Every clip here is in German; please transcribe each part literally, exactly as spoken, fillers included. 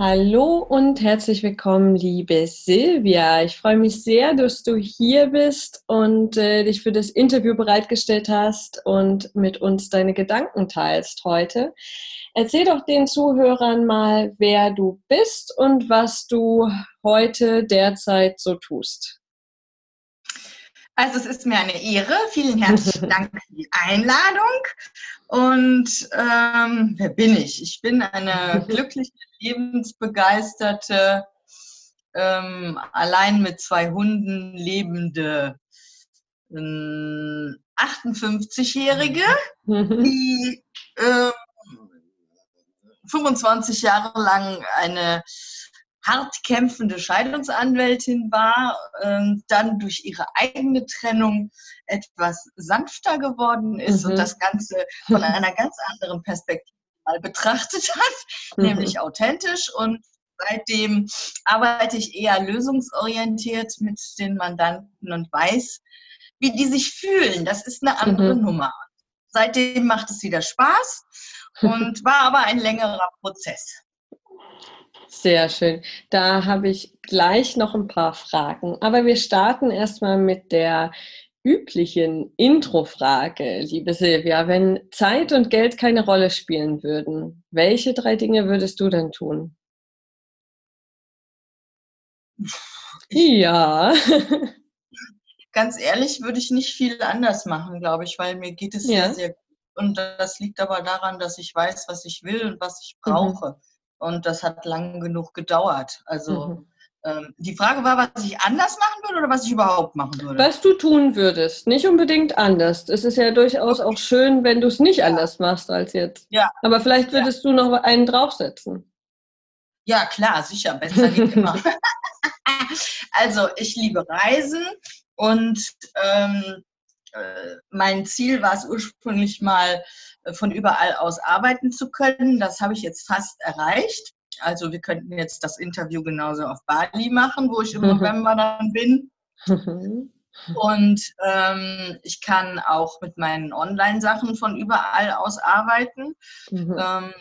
Hallo und herzlich willkommen, liebe Silvia. Ich freue mich sehr, dass du hier bist und äh, dich für das Interview bereitgestellt hast und mit uns deine Gedanken teilst heute. Erzähl doch den Zuhörern mal, wer du bist und was du heute derzeit so tust. Also es ist mir eine Ehre. Vielen herzlichen Dank für die Einladung. Und ähm, wer bin ich? Ich bin eine glückliche, lebensbegeisterte, ähm, allein mit zwei Hunden lebende ähm, achtundfünfzigjährige, die äh, fünfundzwanzig Jahre lang eine hart kämpfende Scheidungsanwältin war, äh, dann durch ihre eigene Trennung etwas sanfter geworden ist Mhm. und das Ganze von einer ganz anderen Perspektive mal betrachtet hat, Mhm. nämlich authentisch. Und seitdem arbeite ich eher lösungsorientiert mit den Mandanten und weiß, wie die sich fühlen. Das ist eine andere Mhm. Nummer. Seitdem macht es wieder Spaß und war aber ein längerer Prozess. Sehr schön. Da habe ich gleich noch ein paar Fragen. Aber wir starten erstmal mit der üblichen Intro-Frage, liebe Silvia. Wenn Zeit und Geld keine Rolle spielen würden, welche drei Dinge würdest du denn tun? Ich, Ja. ganz ehrlich, würde ich nicht viel anders machen, glaube ich, weil mir geht es sehr, Ja. sehr gut. Und das liegt aber daran, dass ich weiß, was ich will und was ich Mhm. brauche. Und das hat lang genug gedauert. Also Mhm. ähm, die Frage war, was ich anders machen würde oder was ich überhaupt machen würde. Was du tun würdest, nicht unbedingt anders. Es ist ja durchaus auch Okay. schön, wenn du es nicht Ja, anders machst als jetzt. ja, Aber vielleicht ja. würdest du noch einen draufsetzen. Ja, klar, sicher, besser geht immer. Also ich liebe Reisen und ähm, äh, mein Ziel war es ursprünglich mal, äh, von überall aus arbeiten zu können. Das habe ich jetzt fast erreicht. Also wir könnten jetzt das Interview genauso auf Bali machen, wo ich im November dann bin. Und ähm, ich kann auch mit meinen Online-Sachen von überall aus arbeiten. Mhm. Ähm,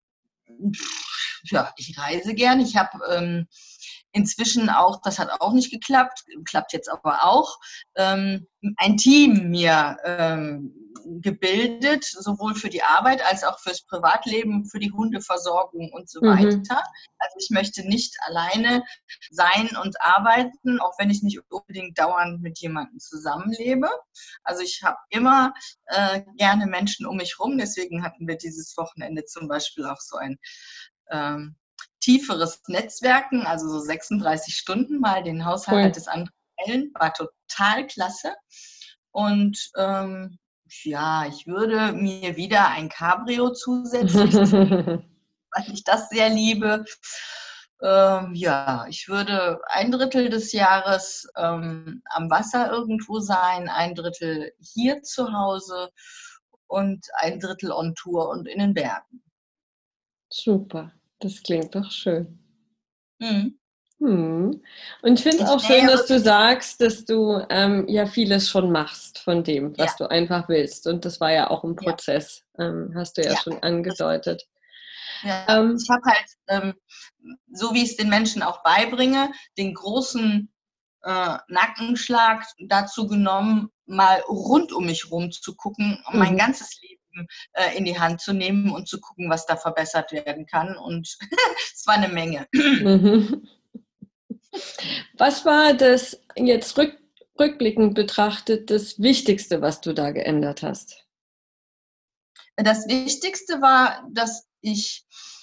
ja, ich reise gern. Ich habe ähm, inzwischen auch, das hat auch nicht geklappt, klappt jetzt aber auch, ähm, ein Team mir ähm, gebildet, sowohl für die Arbeit als auch fürs Privatleben, für die Hundeversorgung und so Mhm. weiter. Also ich möchte nicht alleine sein und arbeiten, auch wenn ich nicht unbedingt dauernd mit jemandem zusammenlebe. Also ich habe immer äh, gerne Menschen um mich rum. Deswegen hatten wir dieses Wochenende zum Beispiel auch so ein ähm, tieferes Netzwerken, also so sechsunddreißig Stunden mal den Haushalt Cool. des anderen teilen, war total klasse. Und ähm, ja, ich würde mir wieder ein Cabrio zusätzlich ziehen, weil ich das sehr liebe. Ähm, ja, ich würde ein Drittel des Jahres ähm, am Wasser irgendwo sein, ein Drittel hier zu Hause und ein Drittel on Tour und in den Bergen. Super, das klingt doch schön. Mhm. Mhm. Und ich finde es Ich auch schön, nähere, dass du sagst, dass du ähm, ja vieles schon machst von dem, ja, was du einfach willst. Und das war ja auch ein ja, Prozess, ähm, hast du ja ja. schon Das, angedeutet. ja. Ich Ähm, habe halt, ähm, so wie ich es den Menschen auch beibringe, den großen äh, Nackenschlag dazu genommen, mal rund um mich rum zu gucken, um mein mhm. ganzes Leben äh, in die Hand zu nehmen und zu gucken, was da verbessert werden kann. Und es war eine Menge. Mhm. Was war das jetzt rück, rückblickend betrachtet das Wichtigste, was du da geändert hast? Das Wichtigste war, dass ich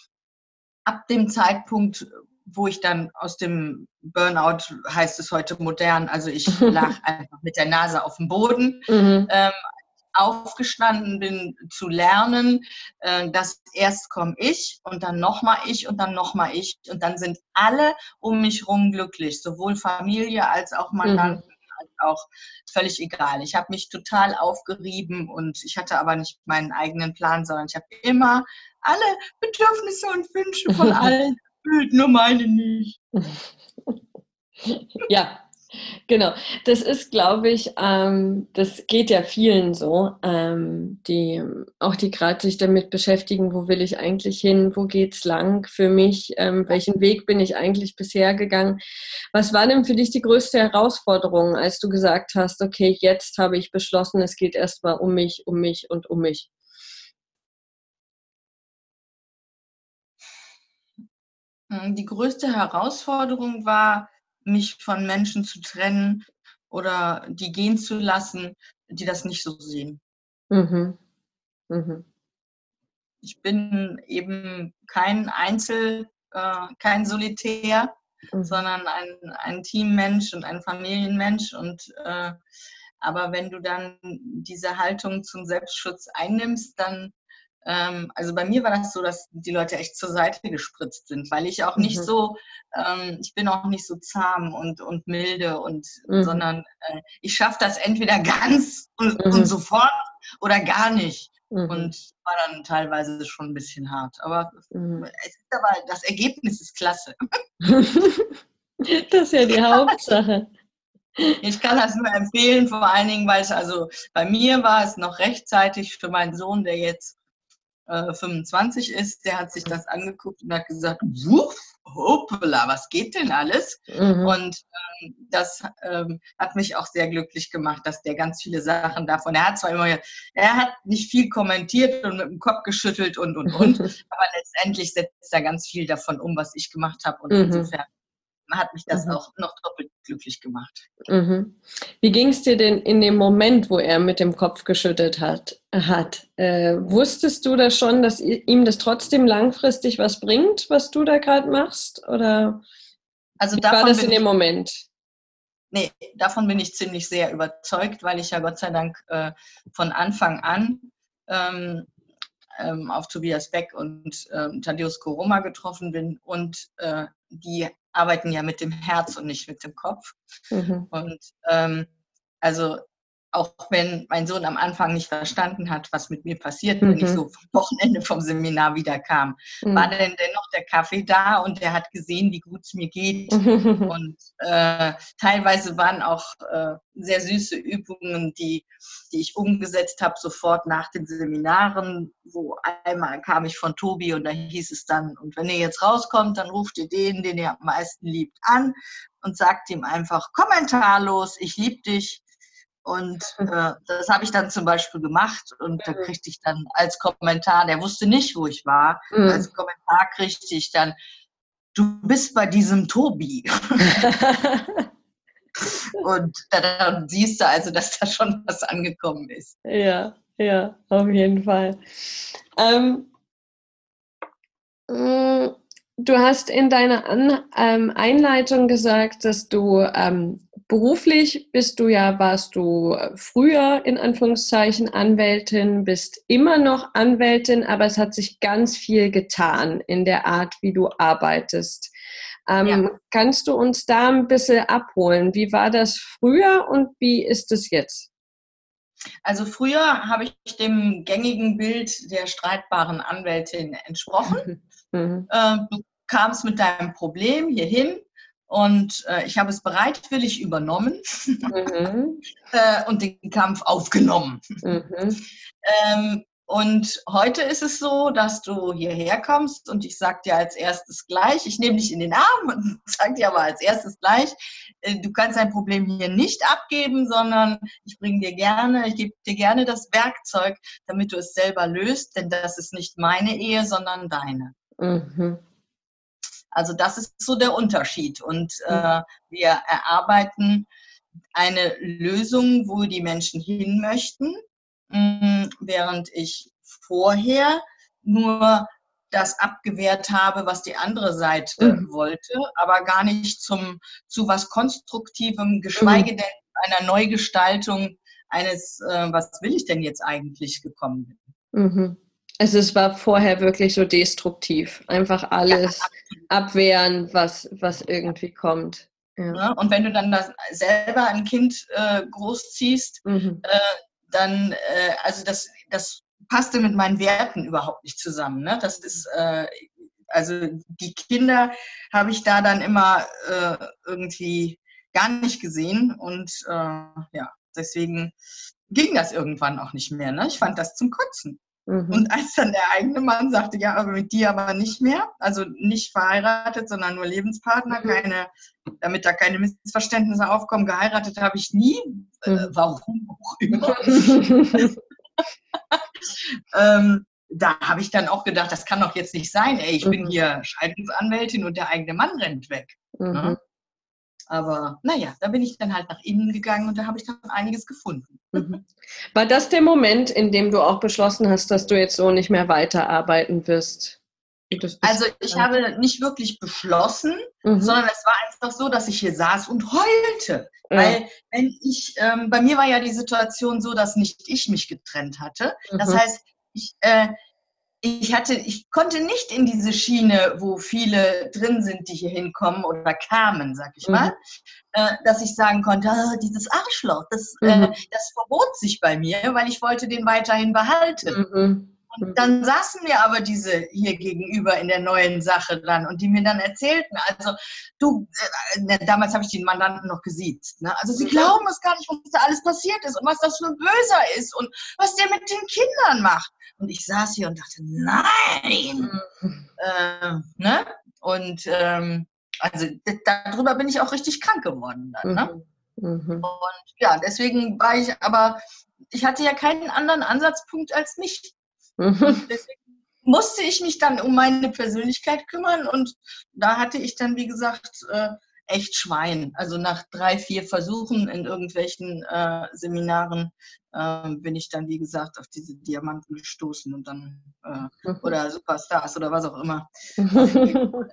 ab dem Zeitpunkt, wo ich dann aus dem Burnout, heißt es heute modern, also ich lag einfach mit der Nase auf dem Boden, Mhm. ähm, aufgestanden bin, zu lernen, äh, dass erst komme ich und dann nochmal ich und dann nochmal ich und dann sind alle um mich rum glücklich, sowohl Familie als auch Mhm. Mandanten, als auch völlig egal. Ich habe mich total aufgerieben und ich hatte aber nicht meinen eigenen Plan, sondern ich habe immer alle Bedürfnisse und Wünsche von allen erfüllt, nur meine nicht. Ja, Genau, das ist, glaube ich, ähm, das geht ja vielen so, ähm, die auch die gerade sich damit beschäftigen, wo will ich eigentlich hin, wo geht's lang für mich, ähm, welchen Weg bin ich eigentlich bisher gegangen. Was war denn für dich die größte Herausforderung, als du gesagt hast, okay, jetzt habe ich beschlossen, es geht erstmal um mich, um mich und um mich? Die größte Herausforderung war, mich von Menschen zu trennen oder die gehen zu lassen, die das nicht so sehen. Mhm. Mhm. Ich bin eben kein Einzel, äh, kein Solitär, Mhm. sondern ein, ein Teammensch und ein Familienmensch. Und, äh, aber wenn du dann diese Haltung zum Selbstschutz einnimmst, dann, ähm, also bei mir war das so, dass die Leute echt zur Seite gespritzt sind, weil ich auch nicht Mhm. so, ähm, ich bin auch nicht so zahm und, und milde, und, Mhm. sondern äh, ich schaffe das entweder ganz und, und Mhm. sofort oder gar nicht. Mhm. Und war dann teilweise schon ein bisschen hart. Aber Mhm. es ist aber, das Ergebnis ist klasse. Das ist ja die Hauptsache. Ich kann das nur empfehlen, vor allen Dingen, weil es also bei mir war es noch rechtzeitig für meinen Sohn, der jetzt äh, fünfundzwanzig ist, der hat sich das angeguckt und hat gesagt, wuff, hoppla, was geht denn alles? Mhm. Und ähm, das ähm, hat mich auch sehr glücklich gemacht, dass der ganz viele Sachen davon, er hat zwar immer, er hat nicht viel kommentiert und mit dem Kopf geschüttelt und, und, und, aber letztendlich setzt er ganz viel davon um, was ich gemacht habe, und Mhm. insofern hat mich das Mhm. auch noch doppelt glücklich gemacht. Mhm. Wie ging es dir denn in dem Moment, wo er mit dem Kopf geschüttelt hat? hat? Äh, wusstest du da schon, dass ihm das trotzdem langfristig was bringt, was du da gerade machst? Oder Also wie war davon das bin in dem ich, Moment? nee, davon bin ich ziemlich sehr überzeugt, weil ich ja Gott sei Dank äh, von Anfang an ähm, ähm, auf Tobias Beck und ähm, Tadeusz Koroma getroffen bin, und äh, die arbeiten ja mit dem Herz und nicht mit dem Kopf. Mhm. Und ähm, also auch wenn mein Sohn am Anfang nicht verstanden hat, was mit mir passiert, wenn ich Mhm. so vom Wochenende vom Seminar wieder kam, war Mhm. denn dennoch der Kaffee da, und er hat gesehen, wie gut es mir geht. Mhm. Und äh, teilweise waren auch äh, sehr süße Übungen, die, die ich umgesetzt habe, sofort nach den Seminaren, wo einmal kam ich von Tobi und da hieß es dann, und wenn ihr jetzt rauskommt, dann ruft ihr den, den ihr am meisten liebt, an und sagt ihm einfach kommentarlos, ich liebe dich. Und äh, das habe ich dann zum Beispiel gemacht, und da kriegte ich dann als Kommentar, der wusste nicht, wo ich war, Mhm. als Kommentar kriegte ich dann, du bist bei diesem Tobi. Und da, da siehst du also, dass da schon was angekommen ist. Ja, ja, auf jeden Fall. Ähm, mh, du hast in deiner An ähm, Einleitung gesagt, dass du ähm, beruflich bist du ja, warst du früher in Anführungszeichen Anwältin, bist immer noch Anwältin, aber es hat sich ganz viel getan in der Art, wie du arbeitest. Ja, Ähm, kannst du uns da ein bisschen abholen? Wie war das früher und wie ist es jetzt? also früher habe ich dem gängigen Bild der streitbaren Anwältin entsprochen. Mhm. Äh, du kamst mit deinem Problem hierhin, und äh, ich habe es bereitwillig übernommen Mhm. äh, und den Kampf aufgenommen. Mhm. Ähm, und heute ist es so, dass du hierher kommst und ich sage dir als erstes gleich, ich nehme dich in den Arm und sage dir aber als erstes gleich, äh, du kannst dein Problem hier nicht abgeben, sondern ich bringe dir gerne, ich gebe dir gerne das Werkzeug, damit du es selber löst, denn das ist nicht meine Ehe, sondern deine. Mhm. Also das ist so der Unterschied, und äh, wir erarbeiten eine Lösung, wo die Menschen hin möchten, während ich vorher nur das abgewehrt habe, was die andere Seite Mhm. wollte, aber gar nicht zum, zu was Konstruktivem, Mhm. geschweige denn einer Neugestaltung eines, äh, was will ich denn jetzt eigentlich, gekommen bin. Mhm. Also es war vorher wirklich so destruktiv. Einfach Ja, alles abwehren, was, was ja. irgendwie kommt. Ja. Ne? Und wenn du dann das selber ein Kind äh, großziehst, Mhm. äh, dann, äh, also das, das passte mit meinen Werten überhaupt nicht zusammen. Ne? Das ist, äh, also die Kinder habe ich da dann immer äh, irgendwie gar nicht gesehen und äh, ja, deswegen ging das irgendwann auch nicht mehr. Ne? Ich fand das zum Kotzen. Mhm. Und als dann der eigene Mann sagte, ja, aber mit dir aber nicht mehr, also nicht verheiratet, sondern nur Lebenspartner, keine, damit da keine Missverständnisse aufkommen, geheiratet habe ich nie, Mhm. äh, warum auch immer. ähm, da habe ich dann auch gedacht, das kann doch jetzt nicht sein, ey, ich mhm. bin hier Scheidungsanwältin und der eigene Mann rennt weg. Mhm. Ne? Aber naja, da bin ich dann halt nach innen gegangen und da habe ich dann einiges gefunden. Mhm. War das der Moment, in dem du auch beschlossen hast, dass du jetzt so nicht mehr weiterarbeiten wirst? Also ich habe nicht wirklich beschlossen, mhm. sondern es war einfach so, dass ich hier saß und heulte. Ja. Weil wenn ich, ähm, bei mir war ja die Situation so, dass nicht ich mich getrennt hatte. Mhm. Das heißt, ich, äh, ich hatte, ich konnte nicht in diese Schiene, wo viele drin sind, die hier hinkommen oder kamen, sag ich mal, mhm. äh, dass ich sagen konnte, oh, dieses Arschloch, das, mhm. äh, das verbot sich bei mir, weil ich wollte den weiterhin behalten. Mhm. Und dann saßen mir aber diese hier gegenüber in der neuen Sache dann und die mir dann erzählten, also du, äh, damals habe ich den Mandanten noch gesiezt, ne? Also sie glauben es gar nicht, was da alles passiert ist und was das für ein Böser ist und was der mit den Kindern macht. Und ich saß hier und dachte, nein! Mhm. Äh, ne? Und ähm, also darüber bin ich auch richtig krank geworden dann. Ne? Mhm. Und ja, deswegen war ich aber, ich hatte ja keinen anderen Ansatzpunkt als mich. Mhm. Und deswegen musste ich mich dann um meine Persönlichkeit kümmern und da hatte ich dann, wie gesagt, äh, echt Schwein. Also nach drei, vier Versuchen in irgendwelchen äh, Seminaren äh, bin ich dann, wie gesagt, auf diese Diamanten gestoßen und dann, äh, mhm. oder Superstars oder was auch immer. Habe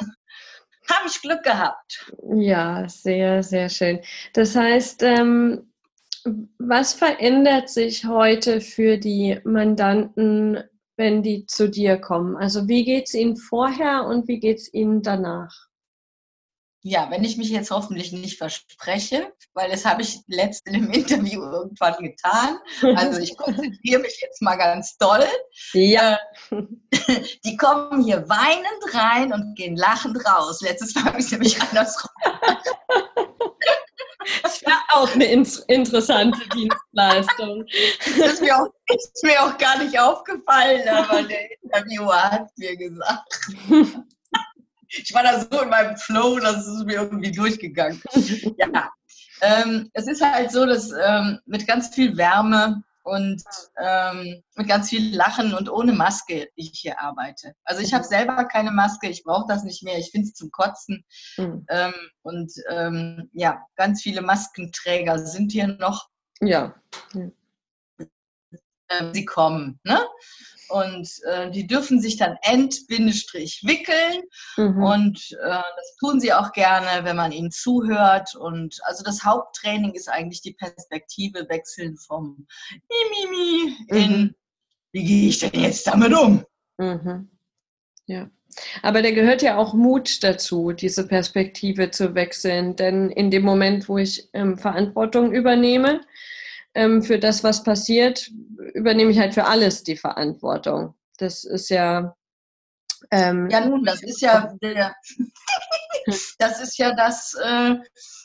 ich Glück gehabt. Ja, sehr, sehr schön. Das heißt, ähm, was verändert sich heute für die Mandanten, wenn die zu dir kommen? Also wie geht es ihnen vorher und wie geht es ihnen danach? Ja, wenn ich mich jetzt hoffentlich nicht verspreche, weil das habe ich letztens im Interview irgendwann getan. Also ich konzentriere mich jetzt mal ganz doll. Ja. Die kommen hier weinend rein und gehen lachend raus. Letztes Mal habe ich es nämlich andersrum. Das war auch eine in- interessante Dienstleistung. Das ist mir, auch, ist mir auch gar nicht aufgefallen, aber der Interviewer hat es mir gesagt. Ich war da so in meinem Flow, das ist mir irgendwie durchgegangen. Ja, ähm, es ist halt so, dass ähm, mit ganz viel Wärme und ähm, mit ganz viel Lachen und ohne Maske ich hier arbeite. Also ich habe selber keine Maske, ich brauche das nicht mehr, ich finde es zum Kotzen. Mhm. Ähm, und ähm, ja, ganz viele Maskenträger sind hier noch. Ja. ja. Ähm, sie kommen, ne? Und äh, die dürfen sich dann end-bindestrich wickeln mhm. und äh, das tun sie auch gerne, wenn man ihnen zuhört und also das Haupttraining ist eigentlich die Perspektive wechseln vom Mimimi mhm. in wie gehe ich denn jetzt damit um? Mhm. Ja, aber da gehört ja auch Mut dazu, diese Perspektive zu wechseln, denn in dem Moment, wo ich ähm, Verantwortung übernehme, ähm, für das, was passiert, übernehme ich halt für alles die Verantwortung. Das ist ja... Ähm, ja, nun, das ist ja der, das ist ja das, äh,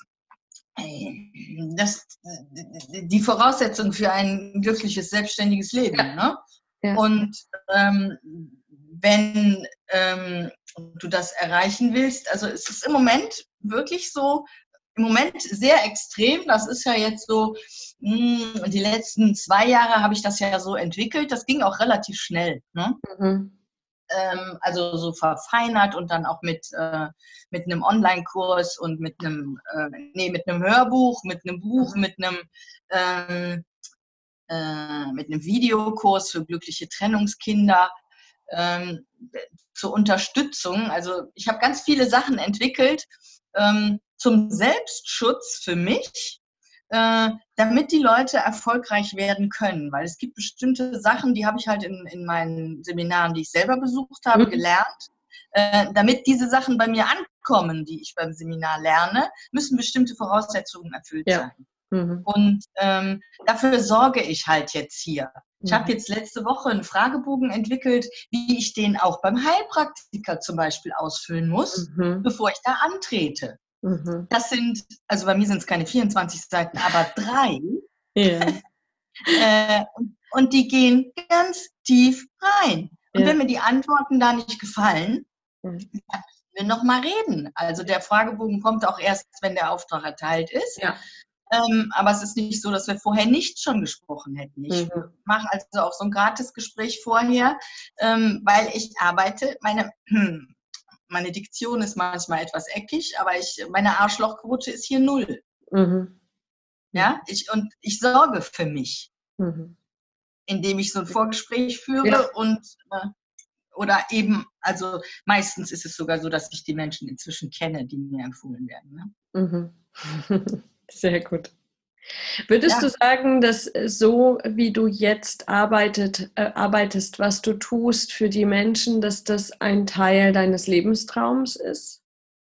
das, die Voraussetzung für ein glückliches, selbstständiges Leben. Ja. Ne? Ja. Und ähm, wenn ähm, du das erreichen willst, also es ist im Moment wirklich so, im Moment sehr extrem. Das ist ja jetzt so, mh, die letzten zwei Jahre habe ich das ja so entwickelt. Das ging auch relativ schnell. Ne? Mhm. Ähm, also so verfeinert und dann auch mit, äh, mit einem Online-Kurs und mit einem, äh, nee, mit einem Hörbuch, mit einem Buch, mhm. mit einem, ähm, äh, mit einem Videokurs für glückliche Trennungskinder. Ähm, zur Unterstützung. Also ich habe ganz viele Sachen entwickelt ähm, zum Selbstschutz für mich, äh, damit die Leute erfolgreich werden können. Weil es gibt bestimmte Sachen, die habe ich halt in, in meinen Seminaren, die ich selber besucht habe, mhm. gelernt. Äh, damit diese Sachen bei mir ankommen, die ich beim Seminar lerne, müssen bestimmte Voraussetzungen erfüllt ja. sein. Mhm. Und ähm, dafür sorge ich halt jetzt hier. Ich habe jetzt letzte Woche einen Fragebogen entwickelt, wie ich den auch beim Heilpraktiker zum Beispiel ausfüllen muss, mhm. bevor ich da antrete. Mhm. Das sind, also bei mir sind es keine vierundzwanzig Seiten, aber drei. Ja. äh, und, und die gehen ganz tief rein. Und Ja. wenn mir die Antworten da nicht gefallen, Ja. dann müssen wir nochmal reden. Also der Fragebogen kommt auch erst, wenn der Auftrag erteilt ist. Ja. Ähm, aber es ist nicht so, dass wir vorher nicht schon gesprochen hätten. Ich Mhm. mache also auch so ein Gratisgespräch vorher, ähm, weil ich arbeite, meine, hm, meine Diktion ist manchmal etwas eckig, aber ich, meine Arschlochquote ist hier null. Mhm. Ja, ich, und ich sorge für mich, Mhm. indem ich so ein Vorgespräch Ja. führe und äh, oder eben, also meistens ist es sogar so, dass ich die Menschen inzwischen kenne, die mir empfohlen werden. Ne? Mhm. Sehr gut. Würdest du Ja, sagen, dass äh, so wie du jetzt arbeitet, äh, arbeitest, was du tust für die Menschen, dass das ein Teil deines Lebenstraums ist?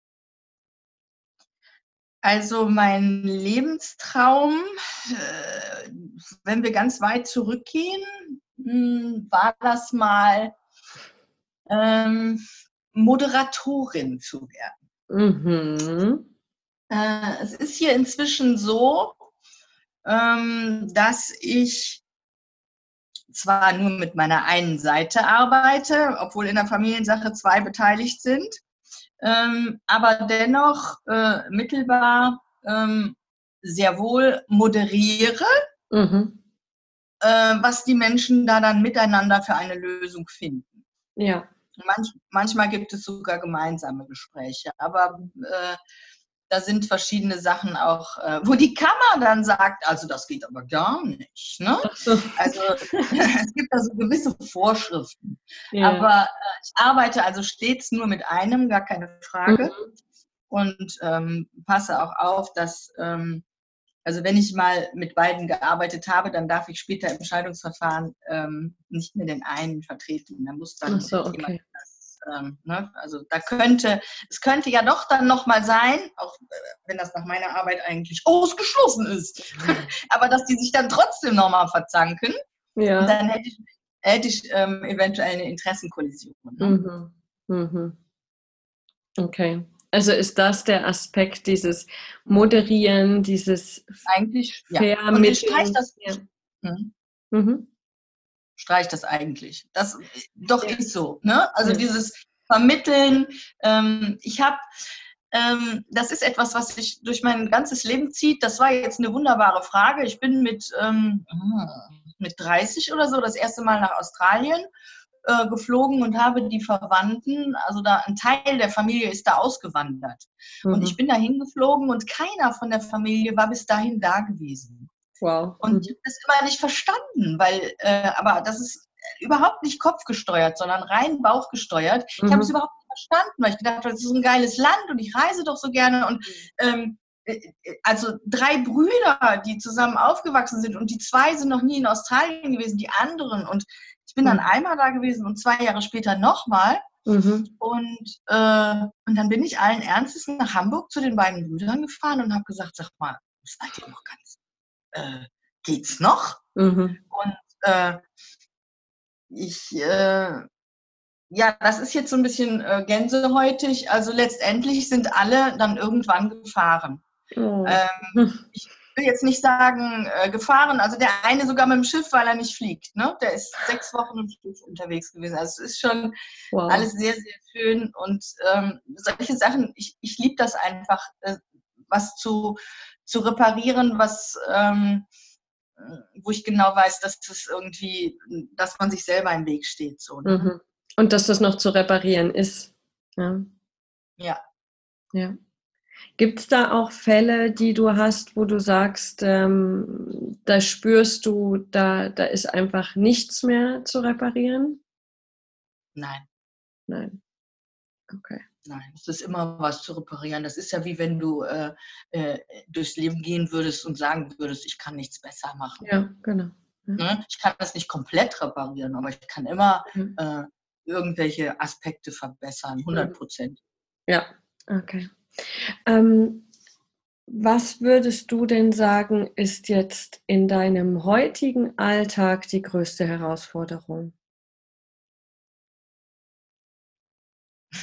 also mein Lebenstraum, äh, wenn wir ganz weit zurückgehen, mh, war das mal ähm, Moderatorin zu werden. Mhm. Äh, es ist hier inzwischen so, ähm, dass ich zwar nur mit meiner einen Seite arbeite, obwohl in der Familiensache zwei beteiligt sind, ähm, aber dennoch äh, mittelbar ähm, sehr wohl moderiere, Mhm. äh, was die Menschen da dann miteinander für eine Lösung finden. Ja. Manch, manchmal gibt es sogar gemeinsame Gespräche, aber äh, da sind verschiedene Sachen auch, äh, wo die Kammer dann sagt, also das geht aber gar nicht. Ne? Ach so. Also es gibt da so gewisse Vorschriften. Ja. Aber äh, ich arbeite also stets nur mit einem, gar keine Frage. Mhm. Und ähm, passe auch auf, dass, ähm, also wenn ich mal mit beiden gearbeitet habe, dann darf ich später im Scheidungsverfahren ähm, nicht mehr den einen vertreten. Da muss Ach dann so, jemand okay. das, ähm, ne? Also da könnte, es könnte ja doch dann nochmal sein, auch äh, wenn das nach meiner Arbeit eigentlich ausgeschlossen ist, aber dass die sich dann trotzdem nochmal verzanken und Ja. dann hätte ich, hätte ich ähm, eventuell eine Interessenkollision. Ne? Mhm. Mhm. Okay. Also ist das der Aspekt, dieses Moderieren, dieses Eigentlich, ja. Und ich streiche Vermitteln? das, Ja. hm, Mhm. streich das eigentlich. Das doch Ja. ist so. Ne? Also Ja. dieses Vermitteln. Ähm, ich habe, ähm, das ist etwas, was sich durch mein ganzes Leben zieht. Das war jetzt eine wunderbare Frage. Ich bin mit, ähm, mit dreißig oder so das erste Mal nach Australien äh, geflogen und habe die Verwandten, also da ein Teil der Familie ist da ausgewandert. Und ich Mhm. bin da hingeflogen und keiner von der Familie war bis dahin da gewesen. Wow. Und ich Mhm. habe das immer nicht verstanden, weil, äh, aber das ist überhaupt nicht kopfgesteuert, sondern rein bauchgesteuert. Ich habe es Mhm. überhaupt nicht verstanden, weil ich gedacht habe, das ist ein geiles Land und ich reise doch so gerne. Und ähm, äh, also drei Brüder, die zusammen aufgewachsen sind und die zwei sind noch nie in Australien gewesen, die anderen. Und ich bin dann Mhm. einmal da gewesen und zwei Jahre später nochmal. Mhm. Und, äh, und dann bin ich allen Ernstes nach Hamburg zu den beiden Brüdern gefahren und habe gesagt, sag mal, seid ihr noch ganz äh, geht's noch? Mhm. Und äh, ich, äh, ja, das ist jetzt so ein bisschen äh, gänsehäutig. Also letztendlich sind alle dann irgendwann gefahren. Oh. Ähm, ich will jetzt nicht sagen äh, gefahren, also der eine sogar mit dem Schiff, weil er nicht fliegt. Ne? Der ist sechs Wochen im Schiff unterwegs gewesen. Also es ist schon Wow. alles sehr, sehr schön. Und ähm, solche Sachen, ich, ich liebe das einfach, äh, was zu, zu reparieren, was ähm, wo ich genau weiß, dass das irgendwie, dass man sich selber im Weg steht. So, ne? Mhm. Und dass das noch zu reparieren ist. Ja. Ja. Ja. Gibt es da auch Fälle, die du hast, wo du sagst, ähm, da spürst du, da, da ist einfach nichts mehr zu reparieren? Nein, Nein. Okay. nein. Es ist immer was zu reparieren. Das ist ja wie wenn du äh, äh, durchs Leben gehen würdest und sagen würdest, ich kann nichts besser machen. Ja, genau. Ja. Ne? Ich kann das nicht komplett reparieren, aber ich kann immer Ja. äh, irgendwelche Aspekte verbessern, hundert Mhm. Prozent. Ja. Okay. Ähm, was würdest du denn sagen, ist jetzt in deinem heutigen Alltag die größte Herausforderung?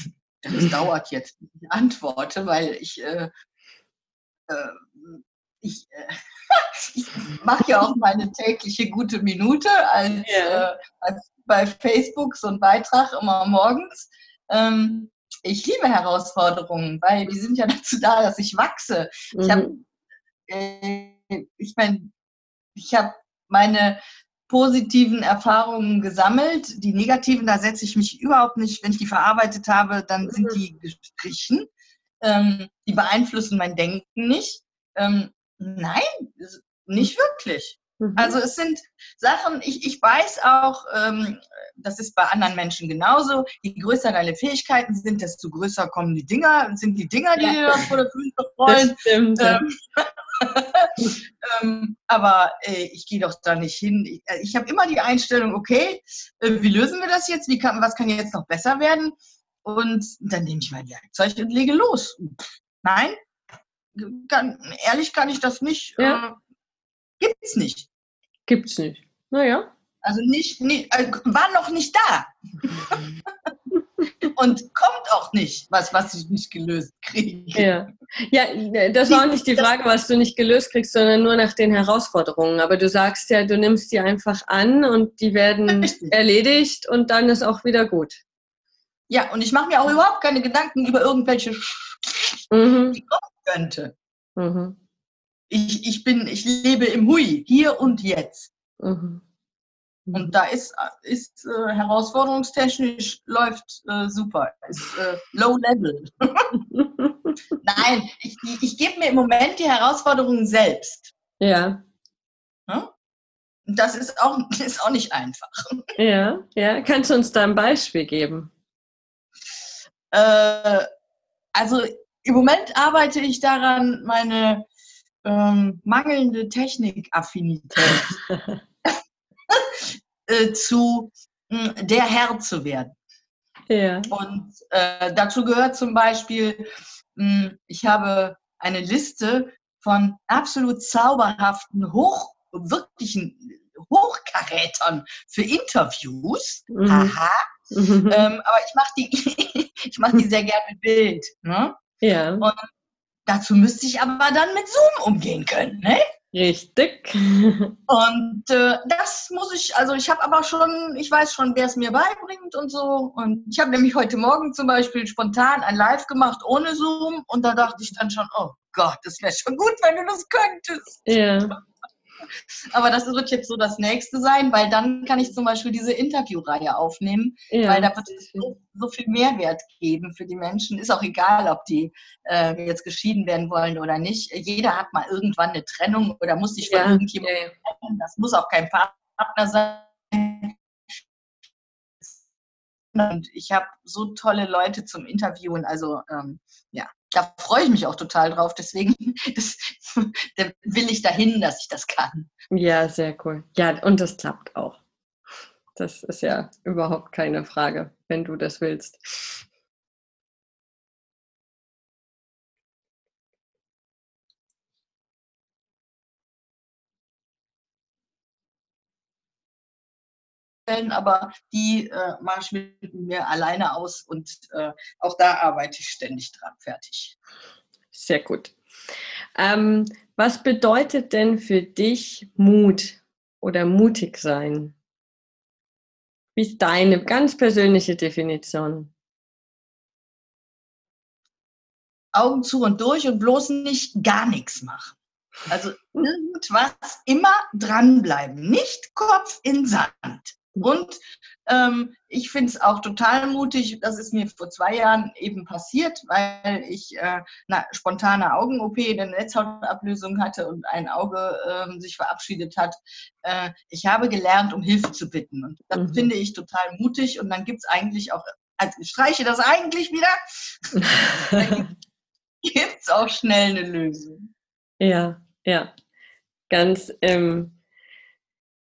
das dauert jetzt, bis ich antworte, weil ich, äh, äh, ich, äh, ich mache ja auch meine tägliche gute Minute als, Ja. äh, als bei Facebook so einen Beitrag immer morgens. Ähm, ich liebe Herausforderungen, weil die sind ja dazu da, dass ich wachse. Ich habe, Mhm. äh, ich meine, ich habe meine positiven Erfahrungen gesammelt. Die negativen, da setze ich mich überhaupt nicht, wenn ich die verarbeitet habe, dann sind die gestrichen. Ähm, die beeinflussen mein Denken nicht. Ähm, nein, nicht wirklich. Mhm. Also es sind Sachen, ich, ich weiß auch, ähm, das ist bei anderen Menschen genauso, je größer deine Fähigkeiten sind, desto größer kommen die Dinger, sind die Dinger, die Ja. dir dann vor der Füße Das rollen. stimmt, ja. Ähm, ähm, aber äh, ich gehe doch da nicht hin. Ich, äh, ich habe immer die Einstellung, okay, äh, wie lösen wir das jetzt? Wie kann, was kann jetzt noch besser werden? Und dann nehme ich mein Werkzeug und lege los. Pff, nein, kann, ehrlich kann ich das nicht. Ja. Äh, gibt's nicht. Gibt's nicht. Naja. Also nicht, nicht äh, war noch nicht da. Und kommt auch nicht, was, was ich nicht gelöst kriege. Ja. Ja, das war auch nicht die Frage, was du nicht gelöst kriegst, sondern nur nach den Herausforderungen. Aber du sagst ja, du nimmst die einfach an und die werden Richtig. erledigt und dann ist auch wieder gut. Ja, und ich mache mir auch überhaupt keine Gedanken über irgendwelche, Mhm. die kommen könnte. Mhm. Ich, ich bin, ich lebe im Hui, hier und jetzt. Mhm. Mhm. Und da ist, ist äh, herausforderungstechnisch läuft äh, super. Ist äh, low level. Nein, ich, ich, ich gebe mir im Moment die Herausforderungen selbst. Ja. Hm? Und das ist auch, ist auch nicht einfach. Ja, ja. Kannst du uns da ein Beispiel geben? Äh, also im Moment arbeite ich daran, meine ähm, mangelnde Technikaffinität äh, zu mh, der Herr zu werden. Ja. Und äh, dazu gehört zum Beispiel, mh, ich habe eine Liste von absolut zauberhaften, hoch, wirklichen Hochkarätern für Interviews. Mhm. Haha. Mhm. Ähm, aber ich mache die, ich mach die sehr gerne mit Bild. Ne? Ja. Und dazu müsste ich aber dann mit Zoom umgehen können. Ne? Richtig. Und äh, das muss ich, also ich habe aber schon, ich weiß schon, wer es mir beibringt und so. Und ich habe nämlich heute Morgen zum Beispiel spontan ein Live gemacht ohne Zoom und da dachte ich dann schon, oh Gott, das wäre schon gut, wenn du das könntest. Ja. Aber das wird jetzt so das Nächste sein, weil dann kann ich zum Beispiel diese Interviewreihe aufnehmen, Ja. weil da wird es so, so viel Mehrwert geben für die Menschen. Ist auch egal, ob die äh, jetzt geschieden werden wollen oder nicht. Jeder hat mal irgendwann eine Trennung oder muss sich von Ja. irgendjemandem Ja. trennen. Das muss auch kein Partner sein. Und ich habe so tolle Leute zum Interviewen. Also ähm, ja, da freue ich mich auch total drauf. Deswegen das, da will ich dahin, dass ich das kann. Ja, sehr cool. Ja, und das klappt auch. Das ist ja überhaupt keine Frage, wenn du das willst. Aber die äh, mache ich mit mir alleine aus und äh, auch da arbeite ich ständig dran. Fertig. Sehr gut. Ähm, was bedeutet denn für dich Mut oder mutig sein? Wie ist deine ganz persönliche Definition? Augen zu und durch und bloß nicht gar nichts machen. Also irgendwas immer dranbleiben, nicht Kopf in Sand. Und ähm, ich finde es auch total mutig, das ist mir vor zwei Jahren eben passiert, weil ich äh, eine spontane Augen-O P, eine Netzhautablösung hatte und ein Auge äh, sich verabschiedet hat. Äh, ich habe gelernt, um Hilfe zu bitten. Und das Mhm. finde ich total mutig. Und dann gibt es eigentlich auch, also ich streiche das eigentlich wieder, dann gibt es auch schnell eine Lösung. Ja, ja. Ganz im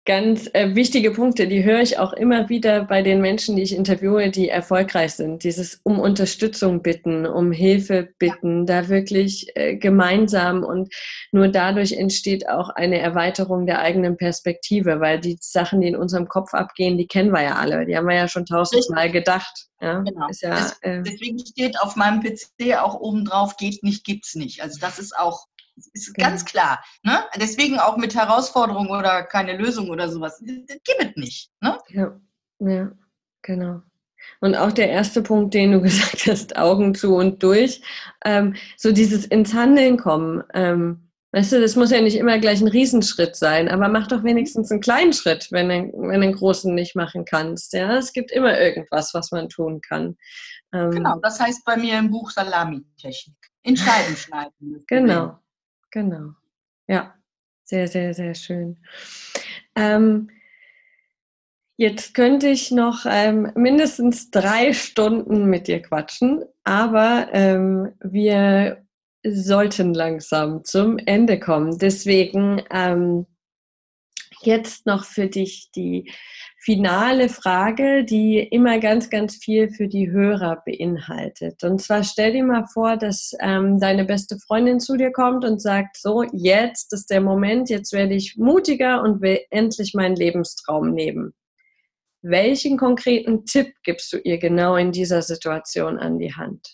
ganz äh, wichtige Punkte, die höre ich auch immer wieder bei den Menschen, die ich interviewe, die erfolgreich sind. Dieses um Unterstützung bitten, um Hilfe bitten, ja. Da wirklich äh, gemeinsam, und nur dadurch entsteht auch eine Erweiterung der eigenen Perspektive, weil die Sachen, die in unserem Kopf abgehen, die kennen wir ja alle, die haben wir ja schon tausendmal gedacht. Ja? Genau. Ist ja, äh, Deswegen steht auf meinem P C auch oben drauf, geht nicht, gibt's nicht. Also das ist auch Ist genau. ganz klar. Ne? Deswegen auch mit Herausforderungen oder keine Lösung oder sowas. Das gibt es nicht. Ne? Ja, ja, genau. Und auch der erste Punkt, den du gesagt hast, Augen zu und durch, ähm, so dieses ins Handeln kommen. Ähm, weißt du, das muss ja nicht immer gleich ein Riesenschritt sein, aber mach doch wenigstens einen kleinen Schritt, wenn du, wenn du einen großen nicht machen kannst. Ja, es gibt immer irgendwas, was man tun kann. Ähm, genau, das heißt bei mir im Buch Salami-Technik. In Scheiben schneiden. Genau, genau. Ja, sehr, sehr, sehr schön. Ähm, Jetzt könnte ich noch ähm, mindestens drei Stunden mit dir quatschen, aber ähm, wir sollten langsam zum Ende kommen. Deswegen ähm, jetzt noch für dich die finale Frage, die immer ganz, ganz viel für die Hörer beinhaltet. Und zwar stell dir mal vor, dass ähm, deine beste Freundin zu dir kommt und sagt, so, jetzt ist der Moment, jetzt werde ich mutiger und will endlich meinen Lebenstraum leben. Welchen konkreten Tipp gibst du ihr genau in dieser Situation an die Hand?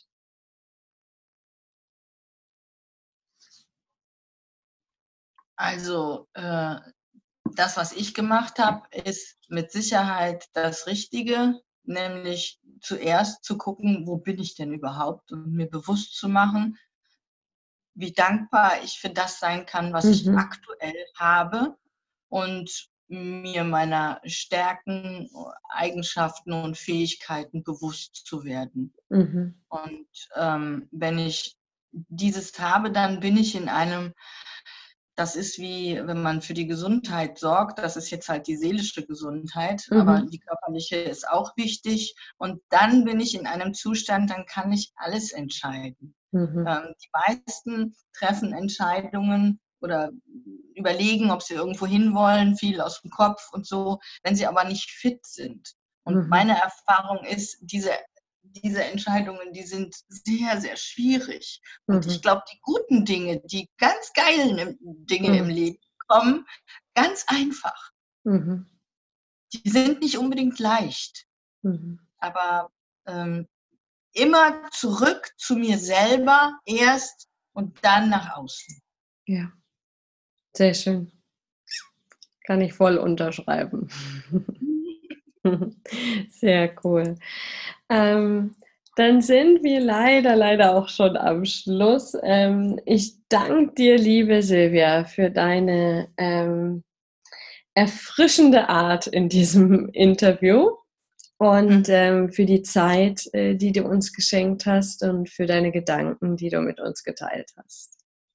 Also äh, das, was ich gemacht habe, ist mit Sicherheit das Richtige, nämlich zuerst zu gucken, wo bin ich denn überhaupt, und mir bewusst zu machen, wie dankbar ich für das sein kann, was mhm. ich aktuell habe, und mir meiner Stärken, Eigenschaften und Fähigkeiten bewusst zu werden. Mhm. Und ähm, wenn ich dieses habe, dann bin ich in einem, das ist wie, wenn man für die Gesundheit sorgt, das ist jetzt halt die seelische Gesundheit, mhm. aber die körperliche ist auch wichtig. Und dann bin ich in einem Zustand, dann kann ich alles entscheiden. Mhm. Ähm, die meisten treffen Entscheidungen oder überlegen, ob sie irgendwo hinwollen, viel aus dem Kopf und so, wenn sie aber nicht fit sind. Und mhm. meine Erfahrung ist, diese, diese Entscheidungen, die sind sehr, sehr schwierig. Und mhm. ich glaube, die guten Dinge, die ganz geilen Dinge mhm. im Leben kommen, ganz einfach. Mhm. Die sind nicht unbedingt leicht. Mhm. Aber ähm, immer zurück zu mir selber erst und dann nach außen. Ja, sehr schön. Kann ich voll unterschreiben. Sehr cool. Ähm, dann sind wir leider, leider auch schon am Schluss. Ähm, ich danke dir, liebe Silvia, für deine ähm, erfrischende Art in diesem Interview und ähm, für die Zeit, äh, die du uns geschenkt hast, und für deine Gedanken, die du mit uns geteilt hast.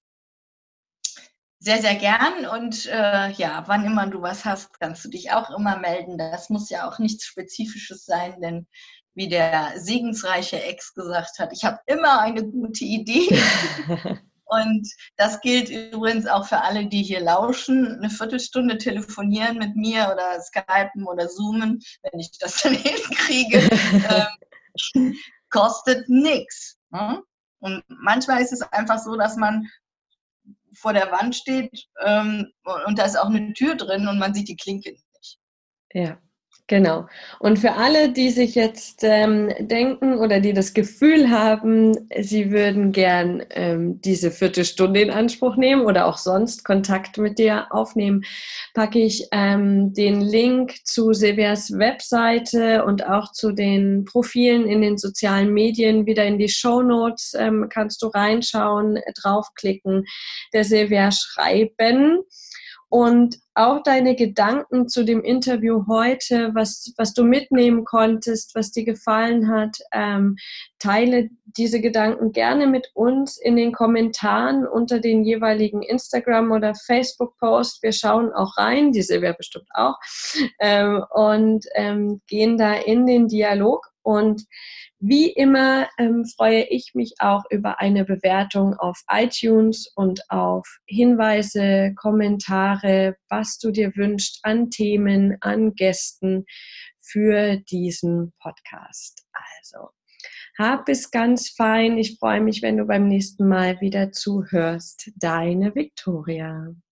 Sehr, sehr gern, und äh, ja, wann immer du was hast, kannst du dich auch immer melden. Das muss ja auch nichts Spezifisches sein, denn wie der segensreiche Ex gesagt hat, ich habe immer eine gute Idee. Und das gilt übrigens auch für alle, die hier lauschen. Eine Viertelstunde telefonieren mit mir oder Skypen oder Zoomen, wenn ich das dann hinkriege, ähm, kostet nichts. Ne? Und manchmal ist es einfach so, dass man vor der Wand steht ähm, und da ist auch eine Tür drin und man sieht die Klinke nicht. Ja, genau. Und für alle, die sich jetzt ähm, denken oder die das Gefühl haben, sie würden gern ähm, diese Viertelstunde in Anspruch nehmen oder auch sonst Kontakt mit dir aufnehmen, packe ich ähm, den Link zu Silvias Webseite und auch zu den Profilen in den sozialen Medien wieder in die Shownotes. Ähm, kannst du reinschauen, draufklicken, der Silvia schreiben. Und auch deine Gedanken zu dem Interview heute, was, was du mitnehmen konntest, was dir gefallen hat, ähm, teile diese Gedanken gerne mit uns in den Kommentaren unter den jeweiligen Instagram- oder Facebook-Posts. Wir schauen auch rein, die Silvia bestimmt auch, ähm, und ähm, gehen da in den Dialog. Und wie immer ähm, freue ich mich auch über eine Bewertung auf iTunes und auf Hinweise, Kommentare, was du dir wünschst an Themen, an Gästen für diesen Podcast. Also, hab es ganz fein. Ich freue mich, wenn du beim nächsten Mal wieder zuhörst. Deine Viktoria.